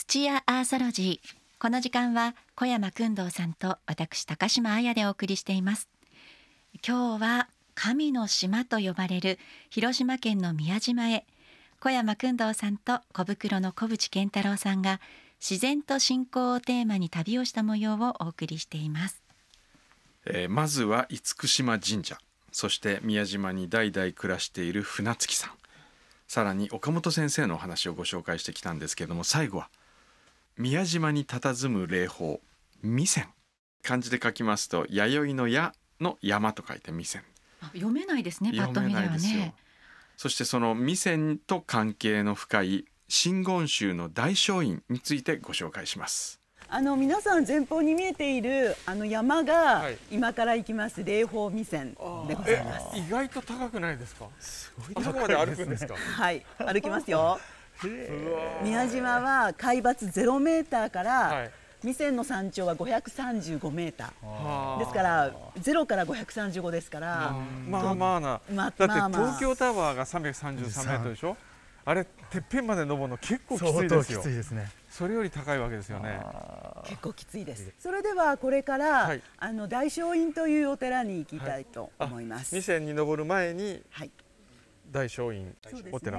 土屋アーソロジー。この時間は小山薫堂さんと私高島彩でお送りしています。今日は神の島と呼ばれる広島県の宮島へ、小山薫堂さんと小袋の小淵健太郎さんが自然と信仰をテーマに旅をした模様をお送りしています。 まずは厳島神社、そして宮島に代々暮らしている船月さん、さらに岡本先生のお話をご紹介してきたんですけれども、最後は宮島に佇む霊峰弥山、漢字で書きますと弥生の矢の山と書いて弥山。 読めないですね、パッと見ではね。 そしてその弥山と関係の深い真言宗の大聖院についてご紹介します。 皆さん前方に見えている山が今から行きます霊峰弥山でございます。 意外と高くないですか？すごい高いですね。あそこまで歩くんですか？ はい、歩きますよ。宮島は海抜0メーターから弥山の山頂は535メーターですから、0から535ですから、 まあまあな、だって東京タワーが333メートルでしょ。あれてっぺんまで登るの結構きついですよ。 きついですね。 それより高いわけですよね。 結構きついです。それではこれから、大聖院というお寺に行きたいと思います。 弥山に登る前に、大聖院お寺。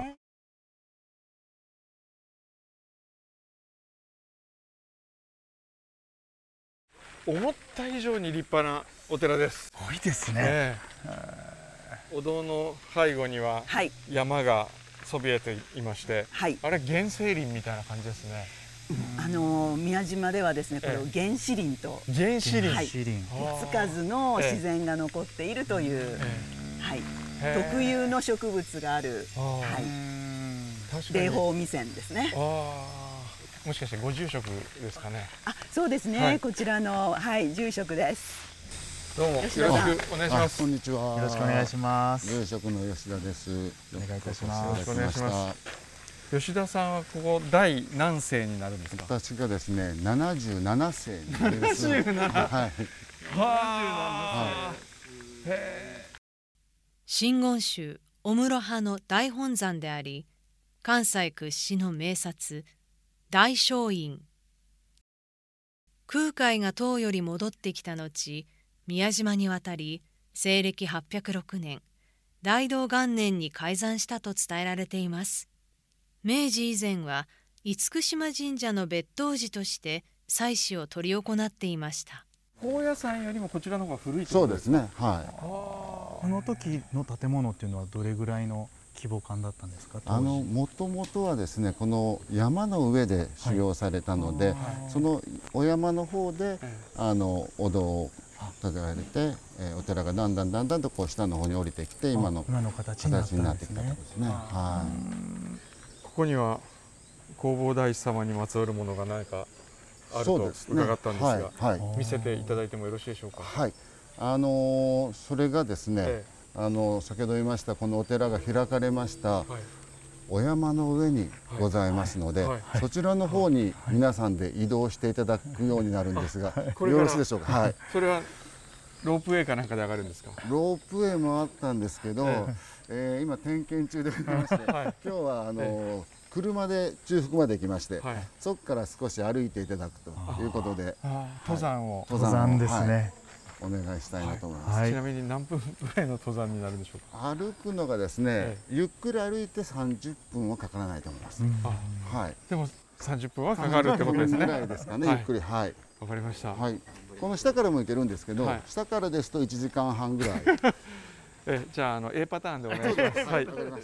思った以上に立派なお寺です。 すごいですね。 お堂の背後には山がそびえていまして、あれ原生林みたいな感じですね。 宮島ではですね、これを原始林と、 原始林、 手つかずの自然が残っているという、特有の植物がある、霊峰弥山ですね。 もしかしてご住職ですかね？ そうですね、こちらの住職です。 どうもよろしくお願いします。 こんにちは。よろしくお願いします。 住職の吉田です。 お願いいたします。 よろしくお願いします。吉田さんはここ第何世になるんですか？ 私がですね、77世になります。 真言宗御室派の大本山であり、関西屈指の名刹大聖院。空海が唐より戻ってきた後、宮島に渡り、西暦806年大同元年に開山したと伝えられています。明治以前は厳島神社の別当寺として祭祀を執り行っていました。 高野山よりもこちらの方が古い。 そうですね。 この時の建物っていうのはどれぐらいの規模感だったんですか？ もともとはですね、この山の上で修行されたので、そのお山の方でお堂を建てられて、お寺がだんだんとこう下の方に降りてきて、今の形になってきたんですね。 ここには弘法大師様にまつわるものが何かあると伺ったんですが、見せていただいてもよろしいでしょうか？ それがですね、先ほど言いましたこのお寺が開かれましたお山の上にございますので、そちらの方に皆さんで移動していただくようになるんですが、よろしいでしょうか？ それはロープウェイかなんかで上がるんですか？ ロープウェイもあったんですけど、今点検中でございまして、今日は車で中腹まで行きまして、そこから少し歩いていただくということで、 登山ですね。 お願いしたいなと思います。 ちなみに何分ぐらいの登山になるんでしょうか？ 歩くのがですね、ゆっくり歩いて30分はかからないと思います。 でも30分はかかるってことですね。 ぐらいですかね、ゆっくり。わかりました。 この下からも行けるんですけど、下からですと1時間半ぐらい。 じゃあA パターンでお願いします。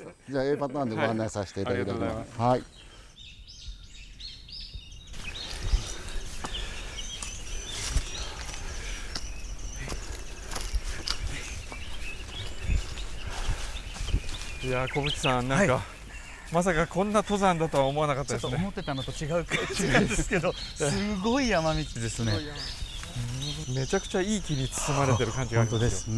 じゃあ A パターンでご案内させていただきます。 いや小淵さん、なんか、まさかこんな登山だとは思わなかったですね。 ちょっと思ってたのと違う感じですけど、すごい山道ですね。 めちゃくちゃいい木に包まれてる感じがありますよ。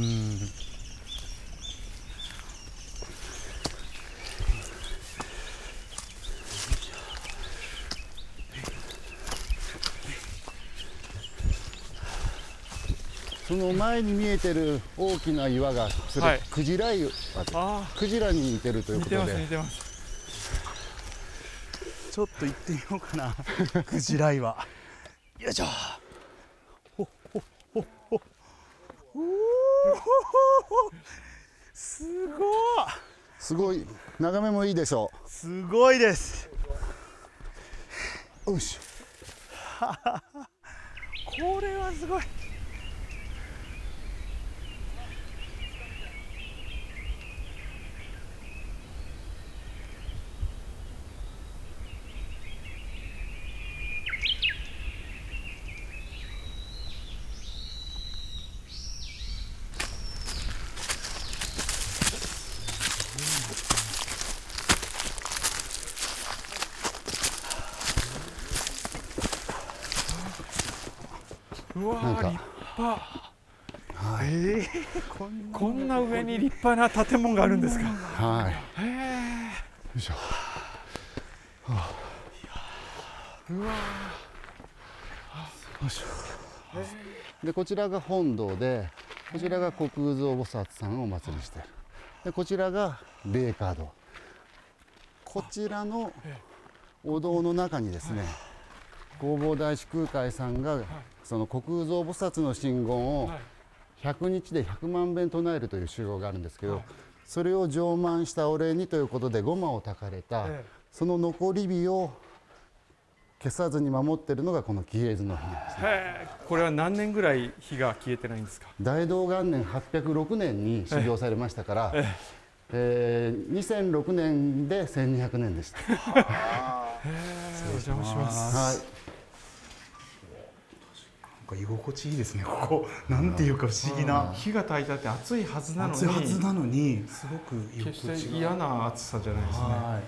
その前に見えてる大きな岩がクジラ岩、クジラに似てるということで。 似てます。 ちょっと行ってみようかな。クジラ岩。よいしょ。ほほほほ。すごい。 すごい眺めもいいでしょう。 すごいです。 よし。 これはすごい。 うわなんか立派。こんな上に立派な建物があるんですか。 はい。よいしょ。 うわよいしょ。でこちらが本堂で、こちらが虚空蔵菩薩さんをお祭りしている。でこちらが霊華堂。こちらのお堂の中にですね、弘法大師空海さんがその虚空蔵菩薩の真言を100日で100万遍唱えるという修行があるんですけど、それを上満したお礼にということで護摩をたかれた、その残り火を消さずに守っているのがこの消えずの火なんですね。 これは何年ぐらい火が消えてないんですか。 大同元年806年に修行されましたから、2006年で1200年でした。 お邪魔します。 はい。 居心地いいですね。ここなんていうか不思議な。 火が焚いてあって暑いはずなのに、 暑いはずなのにすごく居心地が決して嫌な暑さじゃないですね。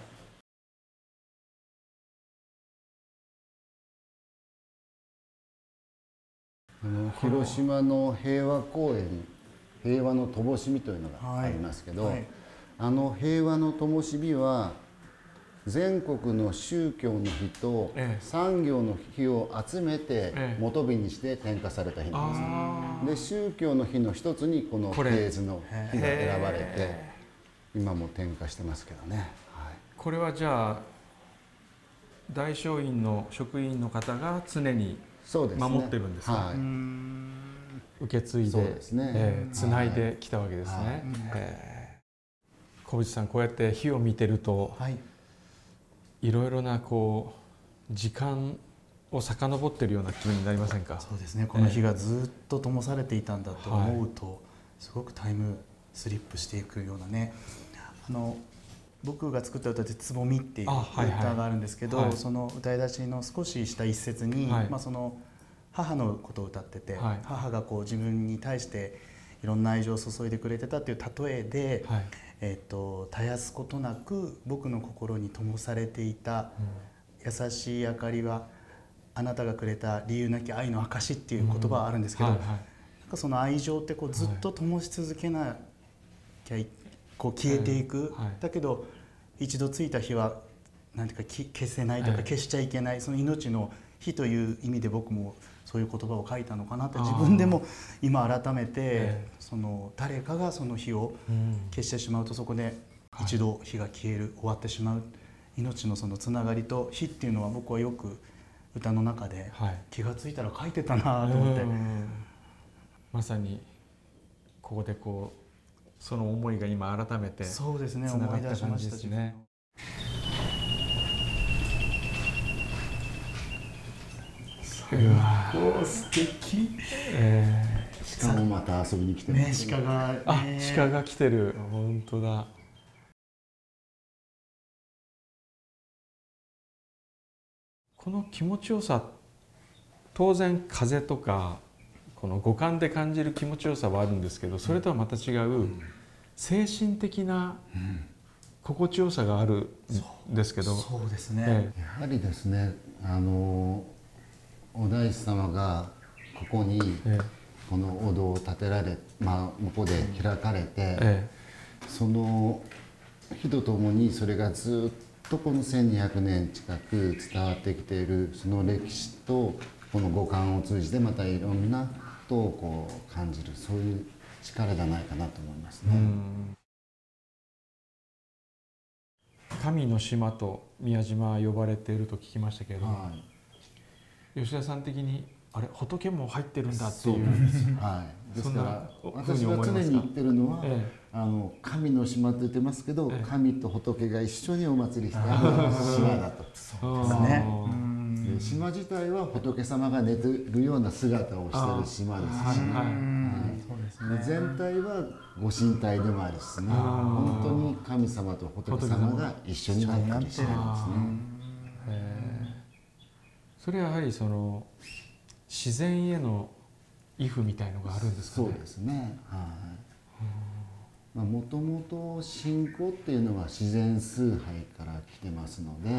広島の平和公園、平和の灯火というのがありますけど、あの平和の灯火は全国の宗教の火と産業の火を集めて元火にして点火された火なんです。で宗教の火の一つにこの平図の火が選ばれて今も点火してますけどね。 これはじゃあ大聖院の職員の方が常に守ってるんですか。受け継いでつないできたわけですね。小渕さん、こうやって火を見てると、いろいろなこう時間を遡っているような気分になりませんか。 そうですね。この火がずっと灯されていたんだと思うと、すごくタイムスリップしていくようなね。僕が作った歌で「つぼみ」っていう歌があるんですけど、その歌い出しの少しした一節に、その母のことを歌ってて、母がこう自分に対していろんな愛情を注いでくれてたっていう例えで、絶やすことなく僕の心に灯されていた優しい明かりはあなたがくれた理由なき愛の証っていう言葉があるんですけど、なんかその愛情ってこうずっと灯し続けなきゃこう消えていく、だけど一度ついた火はなんていうか消せないとか消しちゃいけない、その命の火という意味で僕もそういう言葉を書いたのかなって自分でも今改めて、その誰かがその火を消してしまうとそこで一度火が消える、終わってしまう、命のそのつながりと火っていうのは僕はよく歌の中で気がついたら書いてたなと思って、 まさにここでこうその思いが今改めてつながった感じですね。 うわ、素敵。 鹿もまた遊びに来てる。 鹿が、 鹿が来てる。本当だ。この気持ちよさ、当然風とかこの五感で感じる気持ちよさはあるんですけど、それとはまた違う精神的な心地よさがあるんですけど。 そうですね。 やはりですね、お大師様がここにこのお堂を建てられ、向こうで開かれて、その火とともにそれがずっとこの1200年近く伝わってきているその歴史とこの五感を通じてまたいろんなことをこう感じる、そういう力じゃないかなと思いますね。 神の島と宮島は呼ばれていると聞きましたけれども、吉田さん的にあれ仏も入ってるんだっていう、 ですから私は常に言ってるのは、神の島と言ってますけど、神と仏が一緒にお祭りしてある島だと。そうですね。島自体は仏様が寝てるような姿をしてる島ですし、全体はご神体でもあるしね、本当に神様と仏様が一緒になってる島ですね。 それはやはりその自然への畏怖みたいのがあるんですかね。 そうですね。もともと信仰っていうのは自然崇拝から来てますので、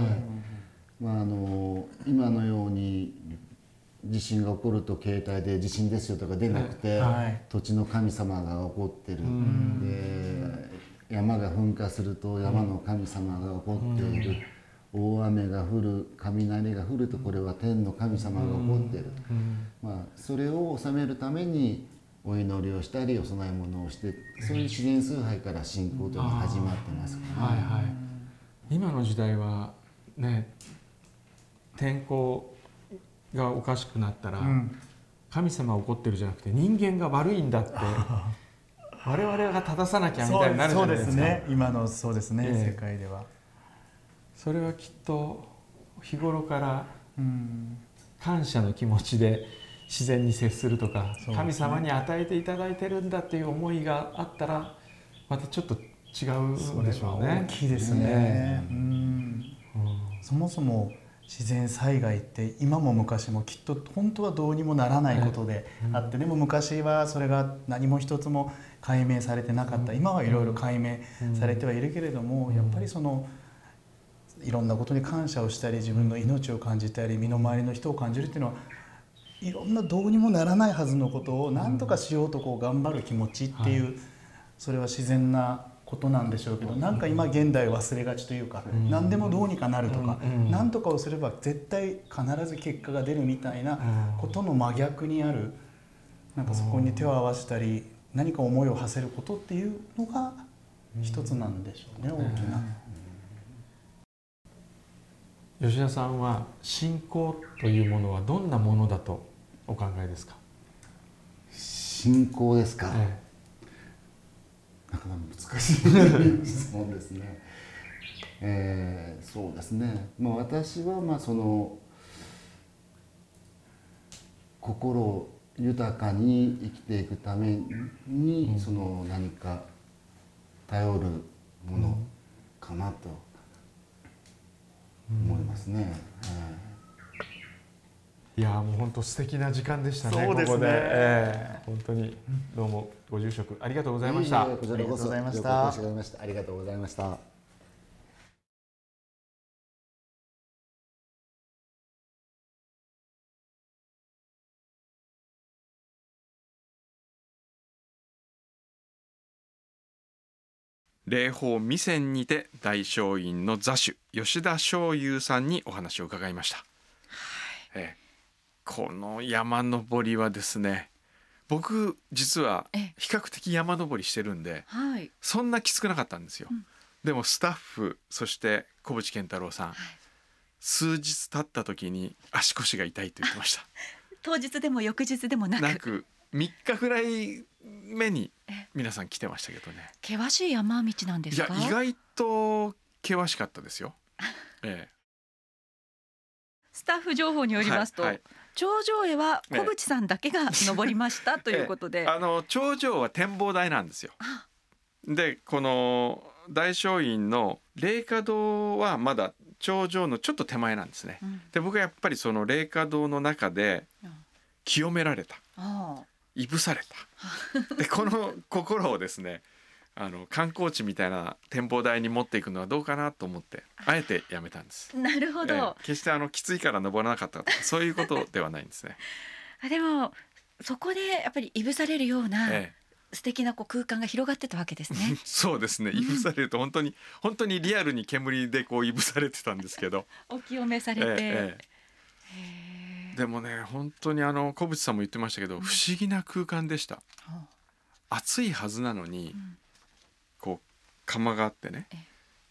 今のように地震が起こると携帯で地震ですよとか出なくて、土地の神様が起こってる、で山が噴火すると山の神様が起こっている、大雨が降る、雷が降るとこれは天の神様が起こっている、それを収めるためにお祈りをしたりお供え物をして、そういう自然崇拝から信仰というのが始まってますからね。 今の時代はね、天候がおかしくなったら、神様が怒ってるじゃなくて人間が悪いんだって我々が正さなきゃみたいになるじゃないですか。 そうですね。今のそうですね、世界ではそれはきっと日頃から感謝の気持ちで自然に接するとか、神様に与えていただいてるんだっていう思いがあったらまたちょっと違うんでしょうね。 大きいですね。そもそも自然災害って今も昔もきっと本当はどうにもならないことであって、でも昔はそれが何も一つも解明されてなかった。今はいろいろ解明されてはいるけれども、やっぱりそのいろんなことに感謝をしたり、自分の命を感じたり身の回りの人を感じるっていうのは、いろんなどうにもならないはずのことを何とかしようとこう頑張る気持ちっていう、それは自然なことなんでしょうけど、なんか今現代忘れがちというか、何でもどうにかなるとか、何とかをすれば絶対必ず結果が出るみたいなことの真逆にある、なんかそこに手を合わせたり何か思いを馳せることっていうのが一つなんでしょうね、大きな。 吉田さんは信仰というものはどんなものだとお考えですか。 信仰ですか。なかなか難しい質問ですね。そうですね。私はその心豊かに生きていくために、その何か頼るものかなと思いますね。 いやもう本当素敵な時間でしたね。 そうですね。 ここで、本当にどうもご住職ありがとうございました。 こちらこそありがとうございました。ありがとうございました。 霊峰弥山にて大聖院の座主吉田松雄さんにお話を伺いました。この山登りはですね、僕実は比較的山登りしてるんで、そんなきつくなかったんですよ。でもスタッフ、そして小渕健太郎さん、数日経った時に足腰が痛いと言ってました。 当日でも翌日でもなく 3日ぐらい目に皆さん来てましたけどね。 険しい山道なんですか。 いや意外と険しかったですよ。 スタッフ情報によりますと、頂上へは小渕さんだけが登りましたということで、 頂上は展望台なんですよ。でこの大聖院の霊華堂はまだ頂上のちょっと手前なんですね。で僕はやっぱりその霊華堂の中で清められた、いぶされたでこの心をですね、観光地みたいな展望台に持っていくのはどうかなと思ってあえてやめたんです。 なるほど。 決してきついから登らなかったとかそういうことではないんですね。 でもそこでやっぱりいぶされるような、素敵な空間が広がってたわけですね。 そうですね。いぶされると本当にリアルに煙でいぶされてたんですけどお清めされて、 でもね本当に小渕さんも言ってましたけど、不思議な空間でした。暑いはずなのに、窯があってね、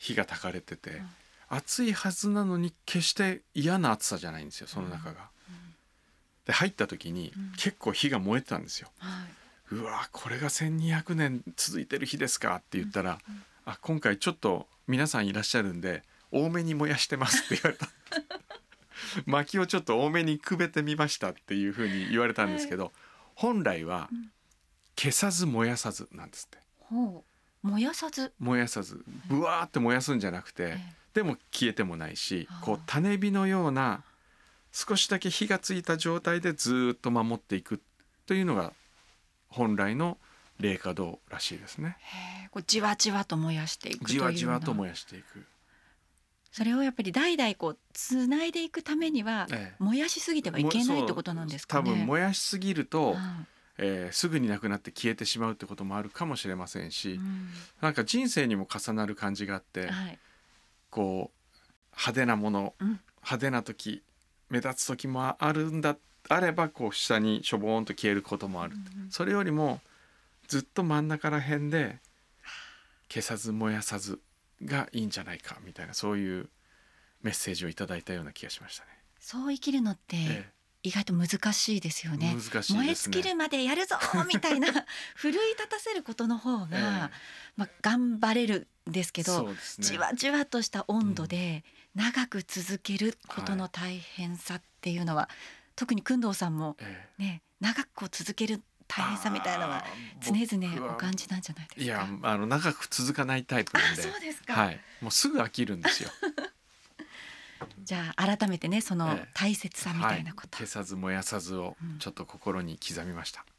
火が焚かれてて、暑いはずなのに決して嫌な暑さじゃないんですよ、その中が。で入った時に結構火が燃えてたんですよ。うわこれが1200年続いてる火ですかって言ったら、あ今回ちょっと皆さんいらっしゃるんで多めに燃やしてますって言われた薪をちょっと多めにくべてみましたっていうふうに言われたんですけど、本来は消さず燃やさずなんですって。 燃やさずブワーって燃やすんじゃなくて、でも消えてもないし、こう種火のような少しだけ火がついた状態でずっと守っていくというのが本来の霊華道らしいですね。 こうじわじわと燃やしていくというような、 じわじわと燃やしていく。 それをやっぱり代々こうつないでいくためには、燃やしすぎてはいけないってことなんですかね。 多分燃やしすぎると、すぐになくなって消えてしまうってこともあるかもしれませんし、なんか人生にも重なる感じがあって、こう派手なもの、派手な時目立つ時もあるんだあれば、こう下にしょぼーんと消えることもある、それよりもずっと真ん中ら辺で消さず燃やさずがいいんじゃないかみたいな、そういうメッセージをいただいたような気がしましたね。 そう生きるのって意外と難しいですよね。 難しいですね。 燃え尽きるまでやるぞみたいな奮い立たせることの方が、頑張れるんですけど、じわじわとした温度で長く続けることの大変さっていうのは、特に工藤さんもね、長くこう続ける大変さみたいなのは常々お感じなんじゃないですか。 いや長く続かないタイプなんで。 そうですか。 もうすぐ飽きるんですよじゃあ改めてね、その大切さみたいなこと、 消さず燃やさずをちょっと心に刻みました。